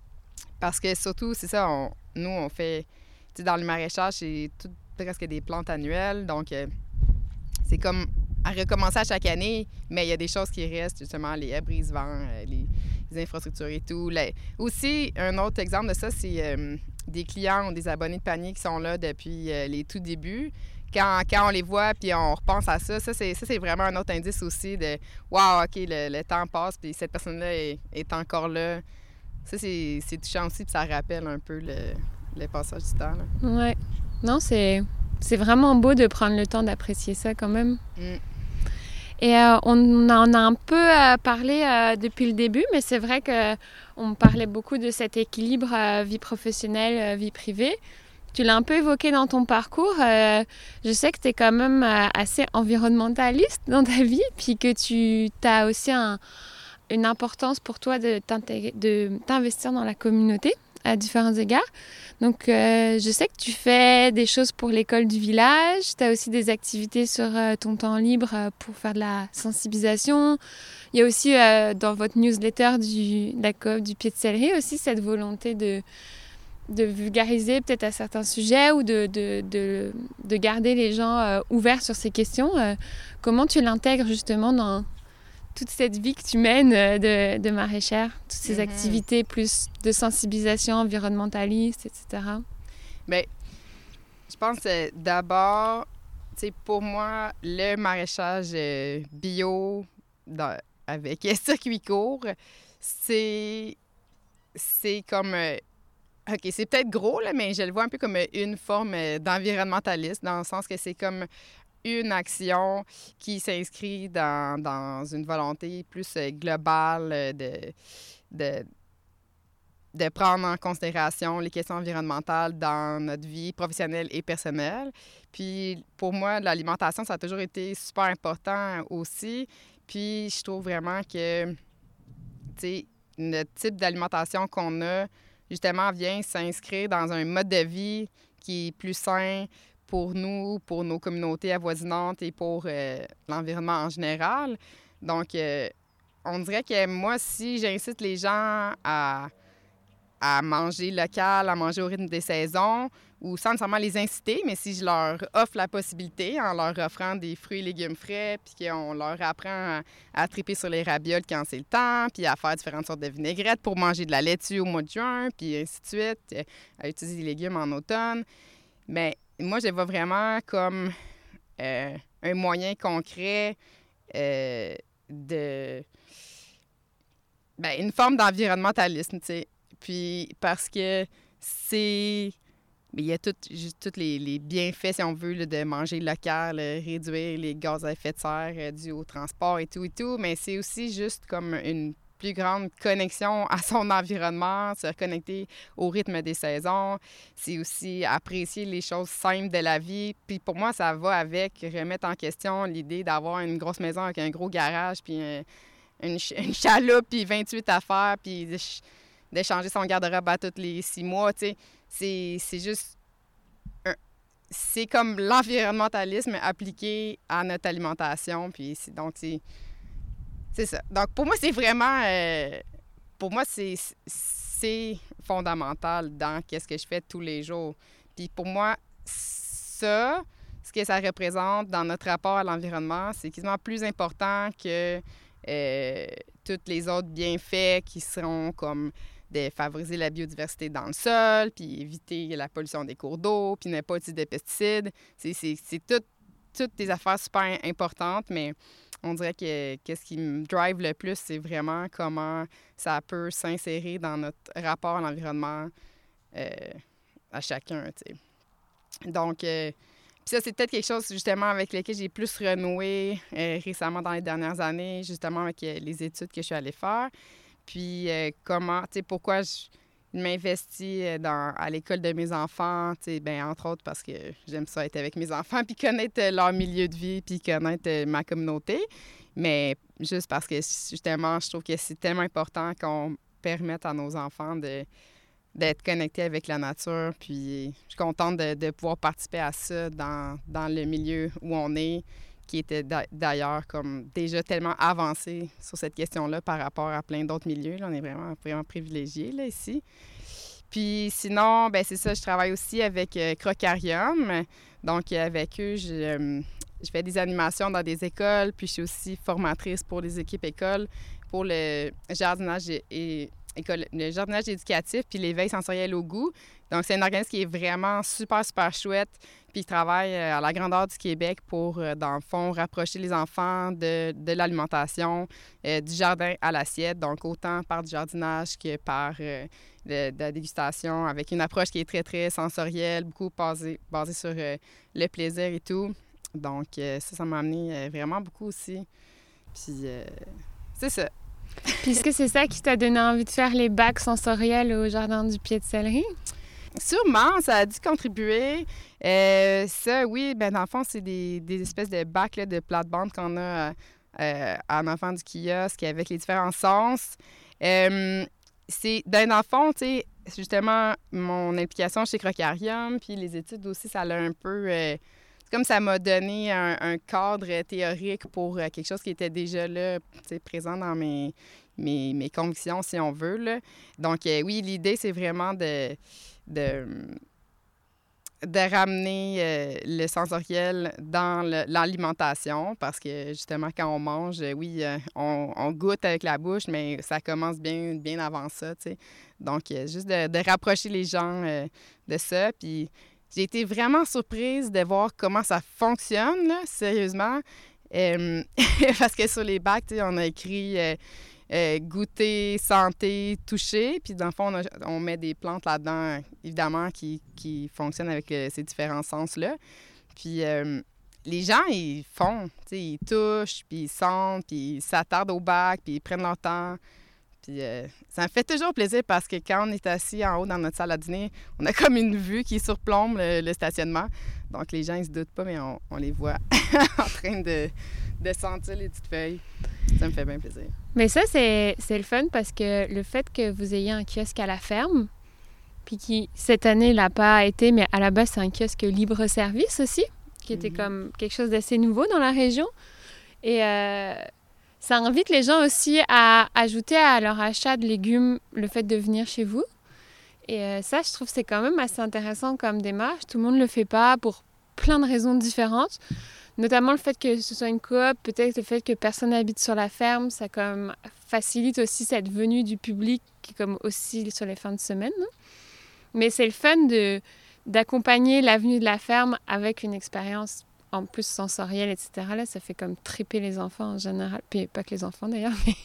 parce que surtout, c'est ça, on, nous, on fait... T'sais, dans le maraîchage, c'est tout, presque des plantes annuelles. Donc, euh, c'est comme à recommencer à chaque année, mais il y a des choses qui restent, justement, les abris-vents, euh, les, les infrastructures et tout. Là, aussi, un autre exemple de ça, c'est euh, des clients ou des abonnés de panier qui sont là depuis euh, les tout débuts. Quand, quand on les voit puis on repense à ça, ça c'est, ça, c'est vraiment un autre indice aussi de « Wow, OK, le, le temps passe puis cette personne-là est, est encore là. » Ça, c'est, c'est touchant aussi puis ça rappelle un peu le... le passage du temps. Là. Ouais. Non, c'est, c'est vraiment beau de prendre le temps d'apprécier ça quand même. Mm. Et euh, on en a un peu euh, parlé euh, depuis le début, mais c'est vrai qu'on parlait beaucoup de cet équilibre euh, vie professionnelle, euh, vie privée. Tu l'as un peu évoqué dans ton parcours. Euh, je sais que tu es quand même euh, assez environnementaliste dans ta vie, puis que tu as aussi un, une importance pour toi de, de t'investir dans la communauté à différents égards. Donc, euh, je sais que tu fais des choses pour l'école du village. Tu as aussi des activités sur euh, ton temps libre euh, pour faire de la sensibilisation. Il y a aussi, euh, dans votre newsletter du, de la coop du Pied de Sellerie, aussi cette volonté de, de vulgariser peut-être à certains sujets ou de, de, de, de garder les gens euh, ouverts sur ces questions. Euh, comment tu l'intègres justement dans toute cette vie que tu mènes de, de maraîchère, toutes ces mm-hmm. activités plus de sensibilisation environnementaliste, et cetera? Bien, je pense que d'abord, tu sais, pour moi, le maraîchage bio dans, avec circuit court, c'est, c'est comme... OK, c'est peut-être gros, là, mais je le vois un peu comme une forme d'environnementaliste, dans le sens que c'est comme une action qui s'inscrit dans, dans une volonté plus globale de, de, de prendre en considération les questions environnementales dans notre vie professionnelle et personnelle. Puis pour moi, l'alimentation, ça a toujours été super important aussi. Puis je trouve vraiment que, tu sais, le type d'alimentation qu'on a, justement, vient s'inscrire dans un mode de vie qui est plus sain pour nous, pour nos communautés avoisinantes et pour euh, l'environnement en général. Donc, euh, on dirait que moi, si j'incite les gens à, à manger local, à manger au rythme des saisons, ou sans nécessairement les inciter, mais si je leur offre la possibilité en leur offrant des fruits et légumes frais, puis qu'on leur apprend à, à triper sur les ravioles quand c'est le temps, puis à faire différentes sortes de vinaigrettes pour manger de la laitue au mois de juin, puis ainsi de suite, à utiliser des légumes en automne, bien, moi, je le vois vraiment comme euh, un moyen concret euh, de... Bien, une forme d'environnementalisme, tu sais. Puis parce que c'est... Il y a tous les, les bienfaits, si on veut, là, de manger local, là, réduire les gaz à effet de serre euh, dus au transport et tout et tout, mais c'est aussi juste comme une plus grande connexion à son environnement, se reconnecter au rythme des saisons. C'est aussi apprécier les choses simples de la vie. Puis pour moi, ça va avec remettre en question l'idée d'avoir une grosse maison avec un gros garage, puis un, une, une chaloupe, puis vingt-huit affaires, puis de, de changer son garde-robe à tous les six mois, tu sais. C'est, c'est juste... Un, c'est comme l'environnementalisme appliqué à notre alimentation. Puis c'est, donc, c'est, c'est ça. Donc, pour moi, c'est vraiment... Euh, pour moi, c'est, c'est fondamental dans qu'est-ce que je fais tous les jours. Puis pour moi, ça, ce que ça représente dans notre rapport à l'environnement, c'est quasiment plus important que euh, tous les autres bienfaits qui seront comme... de favoriser la biodiversité dans le sol, puis éviter la pollution des cours d'eau, puis ne pas utiliser de pesticides. C'est, c'est, c'est tout, toutes des affaires super importantes, mais on dirait que qu'est-ce qui me drive le plus, c'est vraiment comment ça peut s'insérer dans notre rapport à l'environnement euh, à chacun, tu sais. Donc, euh, puis ça, c'est peut-être quelque chose, justement, avec lequel j'ai plus renoué euh, récemment dans les dernières années, justement, avec euh, les études que je suis allée faire. Puis euh, comment, tu sais, pourquoi je m'investis dans, à l'école de mes enfants, tu sais, bien, entre autres parce que j'aime ça être avec mes enfants, puis connaître leur milieu de vie, puis connaître ma communauté. Mais juste parce que, justement, je trouve que c'est tellement important qu'on permette à nos enfants de, d'être connectés avec la nature. Puis je suis contente de, de pouvoir participer à ça dans, dans le milieu où on est, qui était d'ailleurs comme déjà tellement avancé sur cette question-là par rapport à plein d'autres milieux. Là, on est vraiment, vraiment privilégiés là, ici. Puis sinon, ben c'est ça, je travaille aussi avec euh, Crocarium. Donc avec eux, je, euh, je fais des animations dans des écoles, puis je suis aussi formatrice pour les équipes écoles pour le jardinage et, et école, le jardinage éducatif puis l'éveil sensoriel au goût. Donc c'est un organisme qui est vraiment super, super chouette. Puis il travaille à la grandeur du Québec pour, dans le fond, rapprocher les enfants de, de l'alimentation, euh, du jardin à l'assiette, donc autant par du jardinage que par euh, de, de la dégustation, avec une approche qui est très, très sensorielle, beaucoup basée, basée sur euh, le plaisir et tout. Donc euh, ça, ça m'a amené euh, vraiment beaucoup aussi. Puis euh, c'est ça. Puis est-ce que c'est ça qui t'a donné envie de faire les bacs sensoriels au Jardin du Pied de Céleri? Sûrement, ça a dû contribuer. Euh, ça, oui, bien, dans le fond, c'est des, des espèces de bacs là, de plate-bande qu'on a euh, en enfant du kiosque avec les différents sens. Euh, c'est, ben, dans le fond, tu sais, justement, mon implication chez Crocarium, puis les études aussi, ça l'a un peu... Euh, c'est comme ça m'a donné un, un cadre théorique pour euh, quelque chose qui était déjà là, tu sais, présent dans mes, mes, mes convictions, si on veut, là. Donc, euh, oui, l'idée, c'est vraiment de... de de ramener euh, le sensoriel dans le, l'alimentation parce que, justement, quand on mange, euh, oui, euh, on, on goûte avec la bouche, mais ça commence bien, bien avant ça, tu sais. Donc, euh, juste de, de rapprocher les gens euh, de ça. Puis, j'ai été vraiment surprise de voir comment ça fonctionne, là, sérieusement. Euh, parce que sur les bacs, tu sais, on a écrit... Euh, Euh, goûter, santé, toucher. Puis dans le fond, on, a, on met des plantes là-dedans, évidemment, qui, qui fonctionnent avec euh, ces différents sens-là. Puis euh, les gens, ils font, tu sais, ils touchent, puis ils sentent, puis ils s'attardent au bac, puis ils prennent leur temps. Puis euh, ça me fait toujours plaisir parce que quand on est assis en haut dans notre salle à dîner, on a comme une vue qui surplombe le, le stationnement. Donc les gens, ils se doutent pas, mais on, on les voit en train de, de sentir les petites feuilles. Ça me fait bien plaisir. Mais ça, c'est, c'est le fun parce que le fait que vous ayez un kiosque à la ferme, puis qui, cette année, il n'a pas été, mais à la base, c'est un kiosque libre-service aussi, qui était mm-hmm. comme quelque chose d'assez nouveau dans la région. Et euh, ça invite les gens aussi à ajouter à leur achat de légumes le fait de venir chez vous. Et euh, ça, je trouve que c'est quand même assez intéressant comme démarche. Tout le monde ne le fait pas pour plein de raisons différentes. Notamment le fait que ce soit une coop, peut-être le fait que personne n'habite sur la ferme, ça comme facilite aussi cette venue du public qui comme aussi sur les fins de semaine. Mais c'est le fun de, d'accompagner la venue de la ferme avec une expérience en plus sensorielle, et cetera. Là, ça fait comme triper les enfants en général. Puis pas que les enfants d'ailleurs, mais...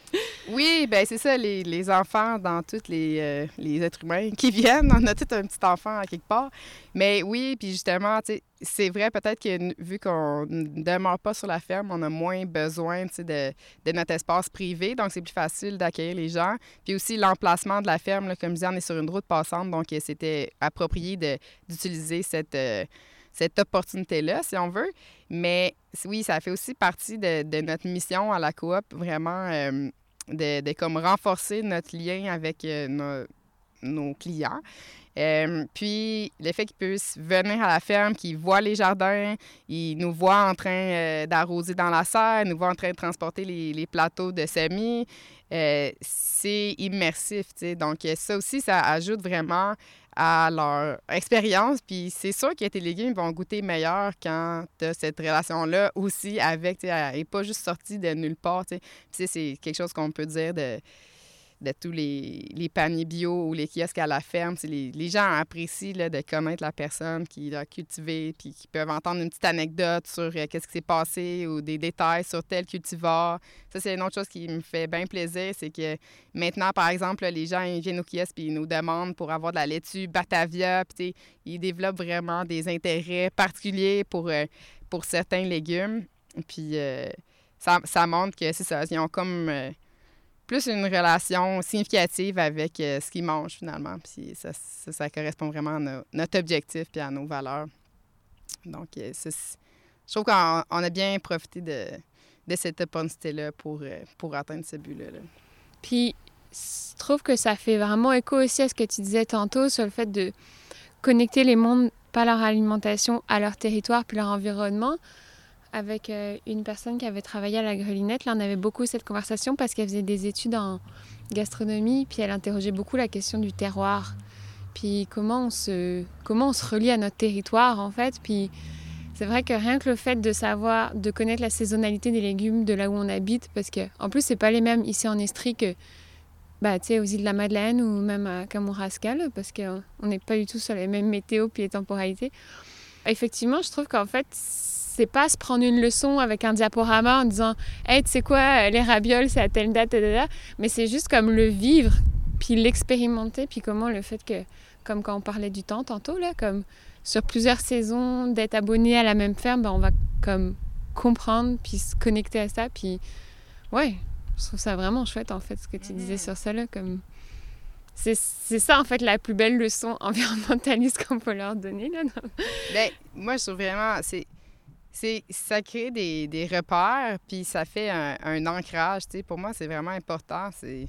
Oui, bien c'est ça, les, les enfants dans tous les, euh, les êtres humains qui viennent. On a tout un petit enfant à quelque part. Mais oui, puis justement, tu sais, c'est vrai peut-être que vu qu'on ne demeure pas sur la ferme, on a moins besoin, tu sais, de, de notre espace privé. Donc, c'est plus facile d'accueillir les gens. Puis aussi, l'emplacement de la ferme, là, comme je disais, on est sur une route passante. Donc, c'était approprié de, d'utiliser cette... Euh, cette opportunité-là, si on veut. Mais oui, ça fait aussi partie de, de notre mission à la coop, vraiment euh, de, de comme renforcer notre lien avec euh, nos, nos clients. Euh, puis, le fait qu'ils puissent venir à la ferme, qu'ils voient les jardins, ils nous voient en train euh, d'arroser dans la serre, ils nous voient en train de transporter les, les plateaux de semis, euh, c'est immersif, tu sais. Donc, ça aussi, ça ajoute vraiment à leur expérience. Puis c'est sûr que tes légumes vont goûter meilleur quand tu as cette relation-là aussi avec, tu sais, elle n'est pas juste sortie de nulle part, tu sais. Puis c'est quelque chose qu'on peut dire de, de tous les, les paniers bio ou les kiosques à la ferme. Les, les gens apprécient là, de connaître la personne qui l'a cultivé, puis qui peuvent entendre une petite anecdote sur euh, qu'est-ce qui s'est passé ou des détails sur tel cultivar. Ça, c'est une autre chose qui me fait bien plaisir, c'est que maintenant, par exemple, là, les gens ils viennent au kiosque puis ils nous demandent pour avoir de la laitue Batavia, puis ils développent vraiment des intérêts particuliers pour, euh, pour certains légumes. Puis euh, ça, ça montre que c'est ça, ils ont comme... Euh, plus une relation significative avec euh, ce qu'ils mangent, finalement. Puis ça, ça, ça correspond vraiment à no, notre objectif puis à nos valeurs. Donc, euh, c'est, je trouve qu'on on a bien profité de, de cette opportunité-là pour, euh, pour atteindre ce but-là. Là. Puis, je trouve que ça fait vraiment écho aussi à ce que tu disais tantôt sur le fait de connecter les mondes par leur alimentation à leur territoire puis leur environnement. Avec euh, une personne qui avait travaillé à la Grelinette. Là, on avait beaucoup cette conversation parce qu'elle faisait des études en gastronomie, puis elle interrogeait beaucoup la question du terroir. Puis comment on se, comment on se relie à notre territoire, en fait. Puis c'est vrai que rien que le fait de savoir, de connaître la saisonnalité des légumes de là où on habite, parce qu'en plus, c'est pas les mêmes ici en Estrie que, bah, tu sais, aux îles de la Madeleine ou même à Kamouraska, là, parce qu'on n'est pas du tout sur les mêmes météos puis les temporalités. Effectivement, je trouve qu'en fait, c'est pas se prendre une leçon avec un diaporama en disant « Hey, tu sais quoi, les ravioles, c'est à telle date, telle date. » Mais c'est juste comme le vivre, puis l'expérimenter, puis comment le fait que, comme quand on parlait du temps tantôt, là, comme sur plusieurs saisons, d'être abonné à la même ferme, ben on va comme comprendre, puis se connecter à ça, puis ouais, je trouve ça vraiment chouette, en fait, ce que tu disais sur ça, là, comme... C'est, c'est ça, en fait, la plus belle leçon environnementaliste qu'on peut leur donner, là. Bien, moi, je trouve vraiment... c'est C'est, ça crée des, des repères, puis ça fait un, un ancrage, tu sais. Pour moi, c'est vraiment important. C'est,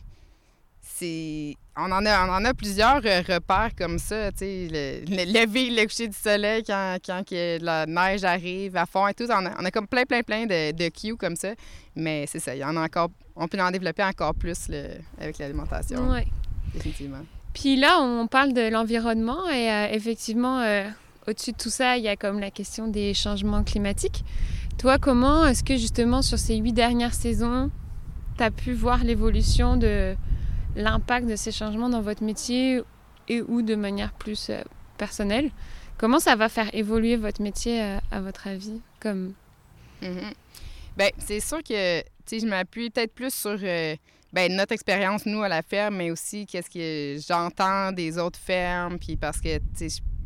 c'est, on, en a, on en a plusieurs euh, repères comme ça, tu sais. Le, le lever, le coucher du soleil, quand, quand que la neige arrive à fond et tout. On a, on a comme plein, plein, plein de, de cues comme ça. Mais c'est ça, il y en a encore... On peut en développer encore plus le, avec l'alimentation. Oui. Définitivement. Puis là, on parle de l'environnement et euh, effectivement... Euh... Au-dessus de tout ça, il y a comme la question des changements climatiques. Toi, comment est-ce que justement sur ces huit dernières saisons, tu as pu voir l'évolution de l'impact de ces changements dans votre métier et ou de manière plus euh, personnelle? Comment ça va faire évoluer votre métier euh, à votre avis? Comme... Mm-hmm. Bien, c'est sûr que je m'appuie peut-être plus sur euh, ben, notre expérience, nous, à la ferme, mais aussi qu'est-ce que j'entends des autres fermes, puis parce que, tu sais,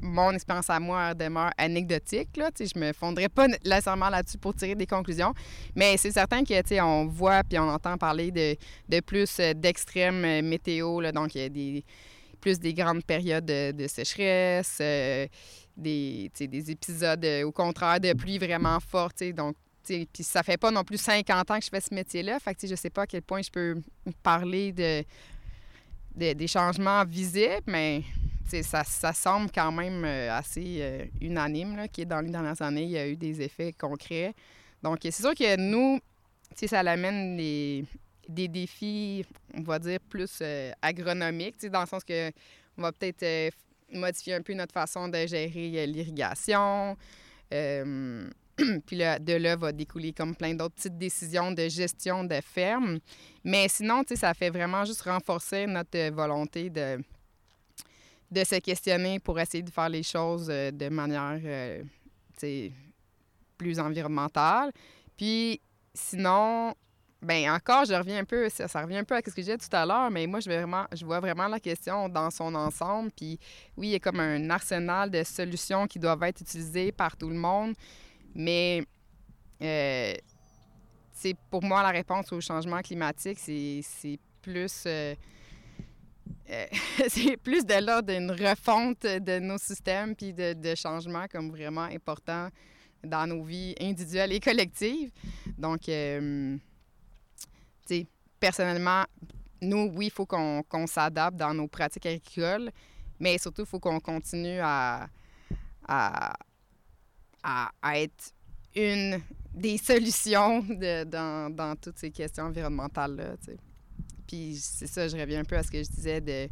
mon expérience à moi demeure anecdotique, là, tu sais, je me fonderais pas nécessairement là-dessus pour tirer des conclusions, mais c'est certain que, tu sais, on voit puis on entend parler de, de plus d'extrêmes météo, là, donc il y a des, plus des grandes périodes de, de sécheresse, euh, des, tu sais, des épisodes, euh, au contraire, de pluie vraiment forte, tu sais, donc puis ça fait pas non plus cinquante ans que je fais ce métier-là. Fait que je sais pas à quel point je peux parler de, de des changements visibles, mais ça, ça semble quand même assez euh, unanime, là, que dans les dernières années, il y a eu des effets concrets. Donc, c'est sûr que nous, ça amène des, des défis, on va dire, plus euh, agronomiques, dans le sens que on va peut-être euh, modifier un peu notre façon de gérer euh, l'irrigation. Euh, Puis là, de là va découler comme plein d'autres petites décisions de gestion de ferme. Mais sinon, tu sais, ça fait vraiment juste renforcer notre volonté de, de se questionner pour essayer de faire les choses de manière, euh, tu sais, plus environnementale. Puis sinon, bien encore, je reviens un peu, ça, ça revient un peu à ce que je disais tout à l'heure, mais moi, je, vais vraiment, je vois vraiment la question dans son ensemble. Puis oui, il y a comme un arsenal de solutions qui doivent être utilisées par tout le monde. Mais euh, c'est pour moi la réponse au changement climatique, c'est, c'est plus euh, euh, c'est plus de l'ordre d'une refonte de nos systèmes puis de, de changements comme vraiment importants dans nos vies individuelles et collectives. Donc, euh, tu sais, personnellement, nous, oui, il faut qu'on, qu'on s'adapte dans nos pratiques agricoles, mais surtout, il faut qu'on continue à, à À, à être une des solutions de, dans, dans toutes ces questions environnementales-là, tu sais. Puis c'est ça, je reviens un peu à ce que je disais de...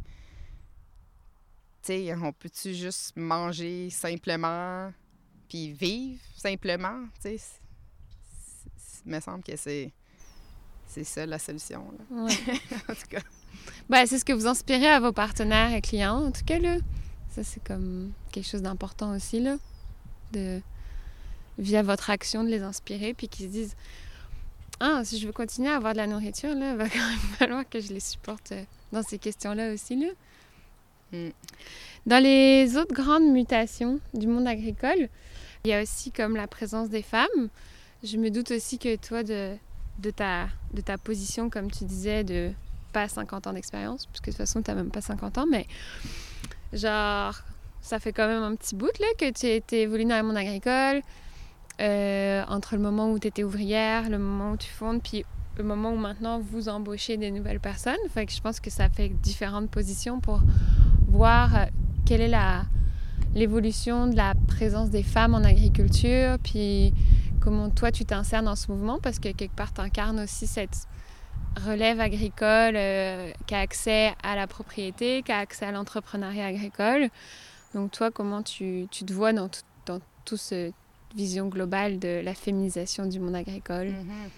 Tu sais, on peut-tu juste manger simplement puis vivre simplement, tu sais? Il me semble que c'est, c'est ça la solution, là. Ouais. En tout cas. Ben, c'est ce que vous inspirez à vos partenaires et clients, en tout cas, là. Ça, c'est comme quelque chose d'important aussi, là, de... via votre action, de les inspirer, puis qu'ils se disent « Ah, si je veux continuer à avoir de la nourriture, là, il va quand même falloir que je les supporte dans ces questions-là aussi. » là. Mm. Dans les autres grandes mutations du monde agricole, il y a aussi comme la présence des femmes. Je me doute aussi que toi, de, de, ta, de ta position, comme tu disais, de pas cinquante ans d'expérience, puisque de toute façon, tu n'as même pas cinquante ans, mais genre, ça fait quand même un petit bout là, que tu as évolué dans le monde agricole. Euh, entre le moment où tu étais ouvrière, le moment où tu fondes, puis le moment où maintenant vous embauchez des nouvelles personnes. Fait que je pense que ça fait différentes positions pour voir euh, quelle est la, l'évolution de la présence des femmes en agriculture, puis comment toi tu t'insères dans ce mouvement, parce que quelque part tu incarnes aussi cette relève agricole euh, qui a accès à la propriété, qui a accès à l'entrepreneuriat agricole. Donc toi, comment tu, tu te vois dans tout, dans tout ce vision globale de la féminisation du monde agricole? Mm-hmm.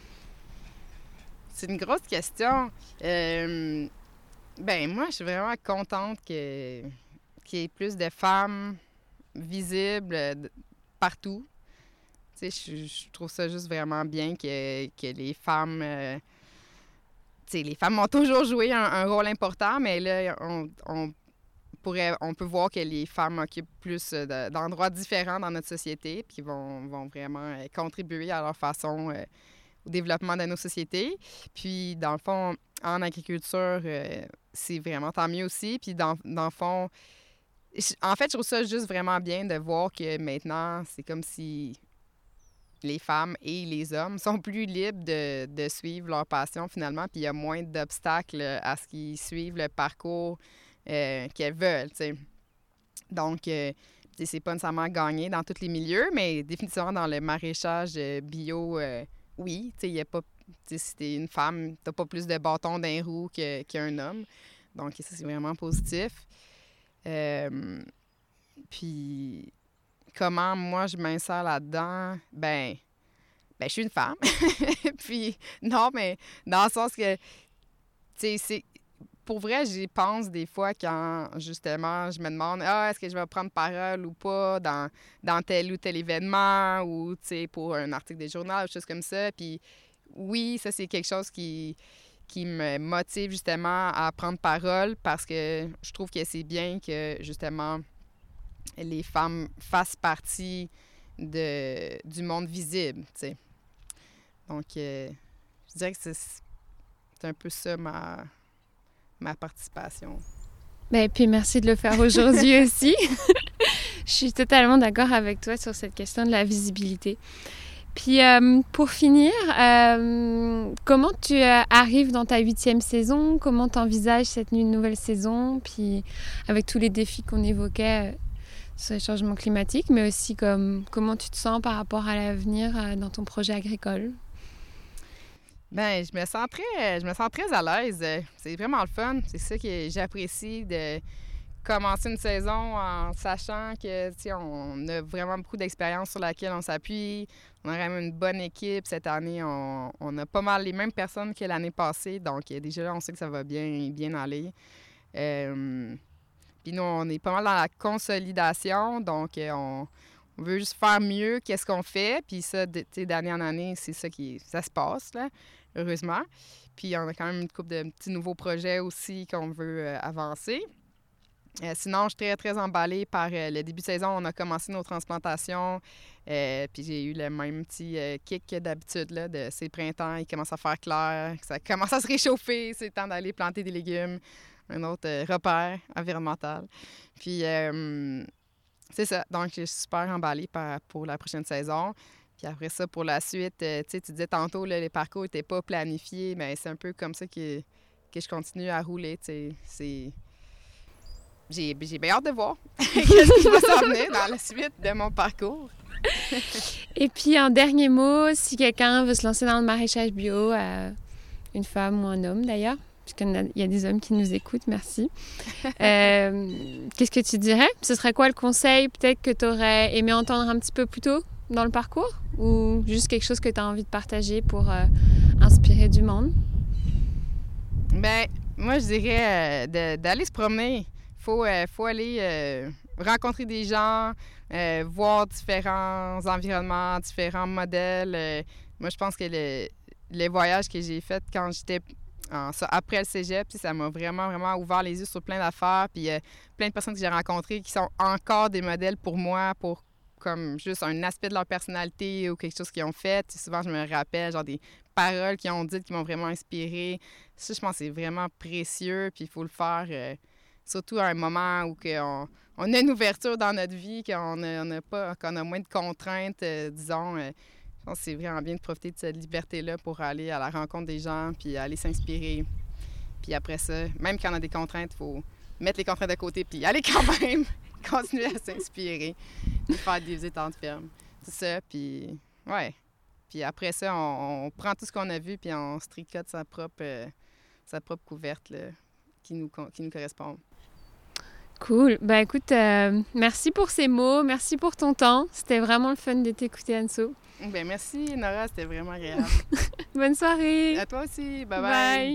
C'est une grosse question. Euh, ben moi, je suis vraiment contente que, qu'il y ait plus de femmes visibles partout. Tu sais, je, je trouve ça juste vraiment bien que, que les femmes... Euh, tu sais, les femmes ont toujours joué un, un rôle important, mais là, on... on Pourrait, on peut voir que les femmes occupent plus de, d'endroits différents dans notre société puis vont, vont vraiment contribuer à leur façon euh, au développement de nos sociétés. Puis, dans le fond, en agriculture, euh, c'est vraiment tant mieux aussi. Puis, dans, dans le fond, en fait, je trouve ça juste vraiment bien de voir que maintenant, c'est comme si les femmes et les hommes sont plus libres de, de suivre leur passion, finalement, puis il y a moins d'obstacles à ce qu'ils suivent le parcours Euh, qu'elles veulent, tu sais. Donc, euh, c'est pas nécessairement gagné dans tous les milieux, mais définitivement dans le maraîchage euh, bio, euh, oui, tu sais, il y a pas... Si t'es une femme, t'as pas plus de bâtons d'un roue que, qu'un homme. Donc, ça, c'est vraiment positif. Euh, puis, comment moi, je m'insère là-dedans? Ben, ben je suis une femme. Puis, non, mais dans le sens que, tu sais, c'est... Pour vrai, j'y pense des fois quand, justement, je me demande « Ah, est-ce que je vais prendre parole ou pas dans, dans tel ou tel événement ou, tu sais, pour un article des journaux, ou choses comme ça. » Puis oui, ça, c'est quelque chose qui, qui me motive, justement, à prendre parole parce que je trouve que c'est bien que, justement, les femmes fassent partie de, du monde visible, tu sais. Donc, euh, je dirais que c'est, c'est un peu ça ma, ma participation. Et puis merci de le faire aujourd'hui aussi. Je suis totalement d'accord avec toi sur cette question de la visibilité. Puis euh, pour finir, euh, comment tu euh, arrives dans ta huitième saison? Comment tu envisages cette nouvelle saison? Puis avec tous les défis qu'on évoquait euh, sur les changements climatiques, mais aussi comme, comment tu te sens par rapport à l'avenir euh, dans ton projet agricole? Bien, je me sens très, je me sens très à l'aise. C'est vraiment le fun. C'est ça que j'apprécie de commencer une saison en sachant que, tu sais, on a vraiment beaucoup d'expérience sur laquelle on s'appuie. On a vraiment une bonne équipe. Cette année, on, on a pas mal les mêmes personnes que l'année passée. Donc, déjà là, on sait que ça va bien, bien aller. Euh, Puis nous, on est pas mal dans la consolidation. Donc, on, on veut juste faire mieux qu'est-ce qu'on fait. Puis ça, tu sais, d'année en année, c'est ça qui ça se passe, là, heureusement. Puis on a quand même une couple de petits nouveaux projets aussi qu'on veut euh, avancer. Euh, sinon, je suis très, très emballée par euh, le début de saison. On a commencé nos transplantations. Euh, puis j'ai eu le même petit euh, kick que d'habitude. Là, de c'est printemps, il commence à faire clair, ça commence à se réchauffer. C'est le temps d'aller planter des légumes. Un autre euh, repère environnemental. Puis euh, c'est ça. Donc, je suis super emballée par, pour la prochaine saison. Puis après ça, pour la suite, euh, tu sais, tu disais tantôt, là, les parcours n'étaient pas planifiés. Mais c'est un peu comme ça que, que je continue à rouler. Tu sais, c'est... J'ai, j'ai bien hâte de voir qu'est-ce qui va s'en venir dans la suite de mon parcours. Et puis, en dernier mot, si quelqu'un veut se lancer dans le maraîchage bio, euh, une femme ou un homme d'ailleurs, puisqu'il y a des hommes qui nous écoutent, merci. Euh, qu'est-ce que tu dirais? Ce serait quoi le conseil peut-être que tu aurais aimé entendre un petit peu plus tôt dans le parcours? Ou juste quelque chose que tu as envie de partager pour euh, inspirer du monde? Bien, moi, je dirais euh, de, d'aller se promener. Il faut, euh, faut aller euh, rencontrer des gens, euh, voir différents environnements, différents modèles. Euh, moi, je pense que le, les voyages que j'ai faits quand j'étais en, après le cégep, ça m'a vraiment, vraiment ouvert les yeux sur plein d'affaires. Puis euh, plein de personnes que j'ai rencontrées qui sont encore des modèles pour moi, pour comme juste un aspect de leur personnalité ou quelque chose qu'ils ont fait. Puis souvent, je me rappelle, genre des paroles qu'ils ont dites qui m'ont vraiment inspirée. Ça, je pense que c'est vraiment précieux, puis il faut le faire... Euh, surtout à un moment où on, on a une ouverture dans notre vie, qu'on a, on a, pas, qu'on a moins de contraintes, euh, disons. Euh, je pense que c'est vraiment bien de profiter de cette liberté-là pour aller à la rencontre des gens, puis aller s'inspirer. Puis après ça, même quand on a des contraintes, il faut mettre les contraintes de côté, puis aller quand même continuer à s'inspirer, puis faire des visites en ferme. Tout ça, puis ouais. Puis après ça, on, on prend tout ce qu'on a vu, puis on se tricote sa propre, euh, sa propre couverte là, qui, nous, qui nous correspond. Cool. Ben écoute, euh, merci pour ces mots, merci pour ton temps. C'était vraiment le fun de t'écouter, Anso. Ben merci, Nora, c'était vraiment agréable. Bonne soirée. À toi aussi. Bye bye. Bye.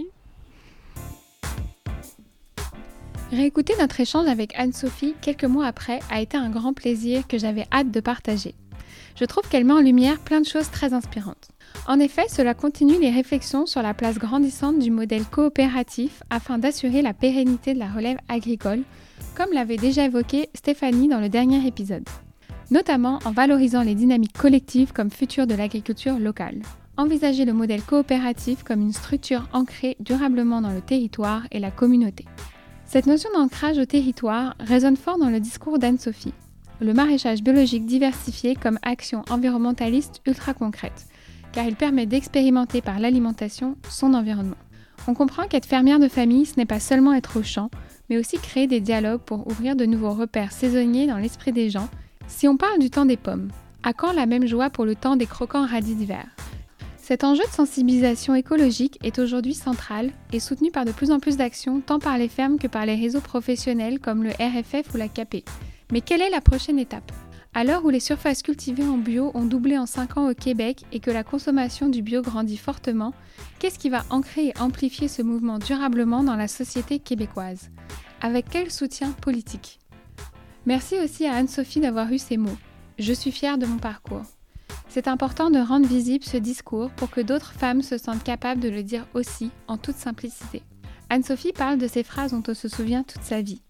Réécouter notre échange avec Anne-Sophie quelques mois après a été un grand plaisir que j'avais hâte de partager. Je trouve qu'elle met en lumière plein de choses très inspirantes. En effet, cela continue les réflexions sur la place grandissante du modèle coopératif afin d'assurer la pérennité de la relève agricole, comme l'avait déjà évoqué Stéphanie dans le dernier épisode, notamment en valorisant les dynamiques collectives comme futur de l'agriculture locale. Envisager le modèle coopératif comme une structure ancrée durablement dans le territoire et la communauté. Cette notion d'ancrage au territoire résonne fort dans le discours d'Anne-Sophie. Le maraîchage biologique diversifié comme action environnementaliste ultra concrète, car il permet d'expérimenter par l'alimentation son environnement. On comprend qu'être fermière de famille, ce n'est pas seulement être au champ, mais aussi créer des dialogues pour ouvrir de nouveaux repères saisonniers dans l'esprit des gens. Si on parle du temps des pommes, à quand la même joie pour le temps des croquants radis d'hiver? Cet enjeu de sensibilisation écologique est aujourd'hui central et soutenu par de plus en plus d'actions tant par les fermes que par les réseaux professionnels comme le R F F ou la C A P. Mais quelle est la prochaine étape? À l'heure où les surfaces cultivées en bio ont doublé en cinq ans au Québec et que la consommation du bio grandit fortement, qu'est-ce qui va ancrer et amplifier ce mouvement durablement dans la société québécoise? Avec quel soutien politique? Merci aussi à Anne-Sophie d'avoir eu ces mots. Je suis fière de mon parcours. C'est important de rendre visible ce discours pour que d'autres femmes se sentent capables de le dire aussi, en toute simplicité. Anne-Sophie parle de ces phrases dont on se souvient toute sa vie.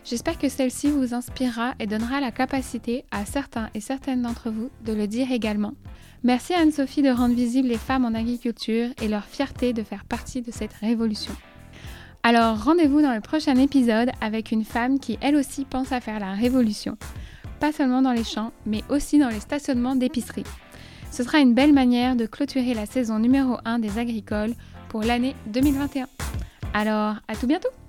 J'espère que celle-ci vous inspirera et donnera la capacité à certains et certaines d'entre vous de le dire également. Merci à Anne-Sophie de rendre visibles les femmes en agriculture et leur fierté de faire partie de cette révolution. Alors rendez-vous dans le prochain épisode avec une femme qui elle aussi pense à faire la révolution. Pas seulement dans les champs, mais aussi dans les stationnements d'épicerie. Ce sera une belle manière de clôturer la saison numéro un des agricoles pour l'année deux mille vingt et un. Alors, à tout bientôt!